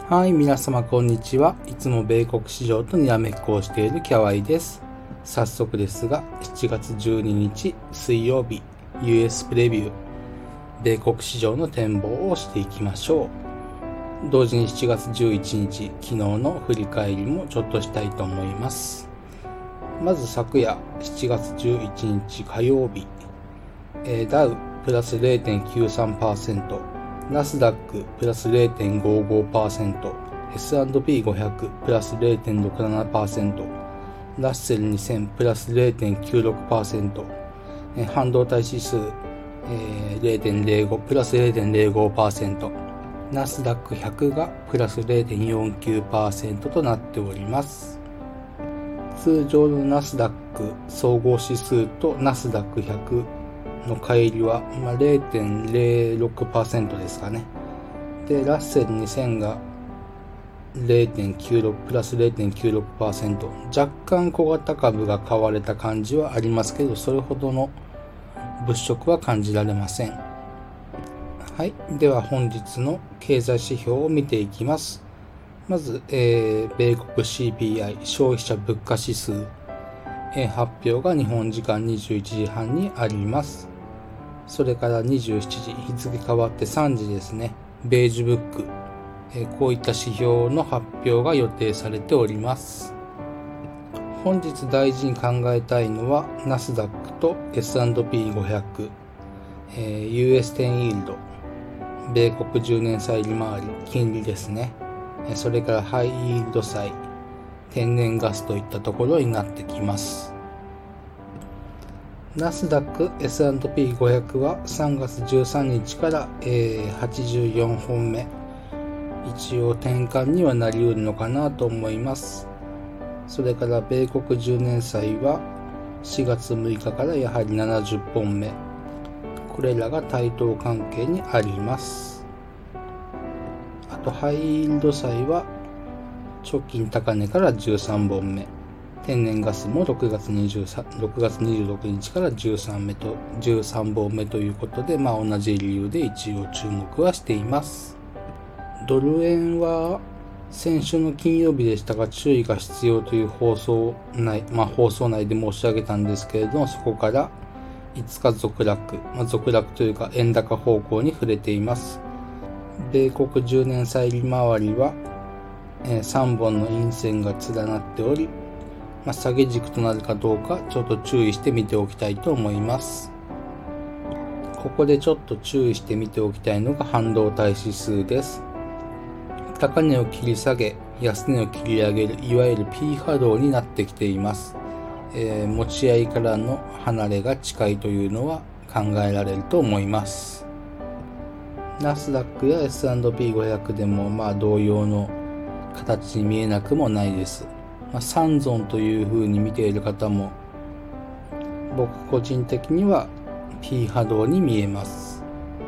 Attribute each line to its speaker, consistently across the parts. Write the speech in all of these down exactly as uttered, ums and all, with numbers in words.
Speaker 1: はい、皆様こんにちは。いつも米国市場とにらめっこをしているキャワイです。早速ですが、しちがつじゅうににち水曜日、ユーエス プレビュー、米国市場の展望をしていきましょう。同時にしちがつじゅういちにち、昨日の振り返りもちょっとしたいと思います。まず昨夜、しちがつじゅういちにち火曜日、えー、ダウプラス ゼロてんきゅうさんパーセント、ナスダックプラス ゼロてんごごパーセント、エスアンドピーごひゃく プラス ゼロてんろくななパーセント、ラッセルにせんプラス ゼロてんきゅうろくパーセント、えー、半導体指数、えー、ゼロてんゼロごプラス ゼロてんゼロごパーセント、ナスダックひゃくがプラス ゼロてんよんきゅうパーセント となっております。通常のナスダック総合指数とナスダックひゃくの乖離は、まあ、ゼロてんゼロろくパーセント ですかね。で、ラッセルにせんが ゼロてんきゅうろく プラス ゼロてんきゅうろくパーセント。若干小型株が買われた感じはありますけど、それほどの物色は感じられません。はい。では本日の経済指標を見ていきます。まず、えー、米国 シーピーアイ 消費者物価指数、えー、発表が日本時間にじゅういちじはんにあります。それからにじゅうしちじ、日付変わってさんじですね。ベージュブック、えー、こういった指標の発表が予定されております。本日大事に考えたいのはナスダックと エスアンドピーごひゃく、えー、ユーエスじゅうイールド、米国じゅうねん債利回り、金利ですね。それからハイイールド債、天然ガスといったところになってきます。ナスダック エスアンドピーごひゃく はさんがつじゅうさんにちから、えー、はちじゅうよんほんめ、一応転換にはなりうるのかなと思います。それから米国じゅうねん債はしがつむいかからやはりななじゅっぽんめ、これらが対等関係にあります。あとハイイールド債は直近高値からじゅうさんぼんめ、天然ガスもろくがつにじゅうさん、ろくがつにじゅうろくにちからじゅうさんめとじゅうさんぼんめということで、まあ同じ理由で一応注目はしています。ドル円は先週の金曜日でしたが注意が必要という放送内、まあ放送内で申し上げたんですけれども、そこからいつか続落、まあ、続落というか円高方向に触れています。米国じゅうねん債利回りは、えー、さんぼんの陰線が連なっており、まあ、下げ軸となるかどうかちょっと注意して見ておきたいと思います。ここでちょっと注意して見ておきたいのが半導体指数です。高値を切り下げ、安値を切り上げる、いわゆる P 波動になってきています。えー、持ち合いからの離れが近いというのは考えられると思います。ナスダックや エスアンドピーごひゃく でもまあ同様の形に見えなくもないです。まあ、三尊という風に見ている方も僕個人的には P 波動に見えます。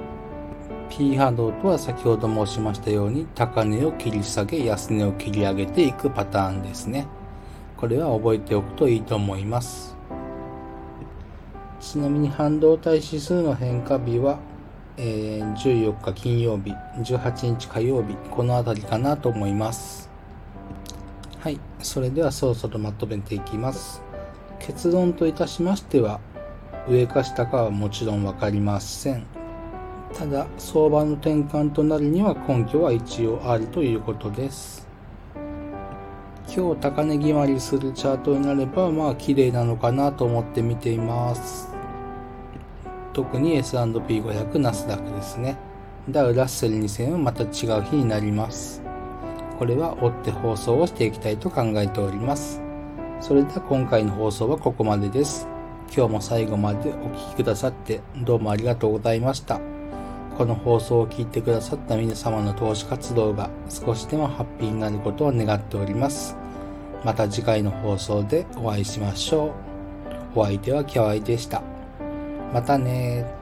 Speaker 1: P 波動とは先ほど申しましたように高値を切り下げ安値を切り上げていくパターンですね。これは覚えておくといいと思います。ちなみに半導体指数の変化日は、えー、じゅうよっか金曜日、じゅうはちにち火曜日、このあたりかなと思います。はい、それではそろそろまとめていきます。結論といたしましては、上か下かはもちろんわかりません。ただ、相場の転換となるには根拠は一応あるということです。今日高値決まりするチャートになれば、まあ綺麗なのかなと思って見ています。特に エスアンドピーごひゃく ナスダックですね。ダウラッセルにせんはまた違う日になります。これは追って放送をしていきたいと考えております。それでは今回の放送はここまでです。今日も最後までお聞きくださってどうもありがとうございました。この放送を聞いてくださった皆様の投資活動が少しでもハッピーになることを願っております。また次回の放送でお会いしましょう。お相手はキャワイでした。またね。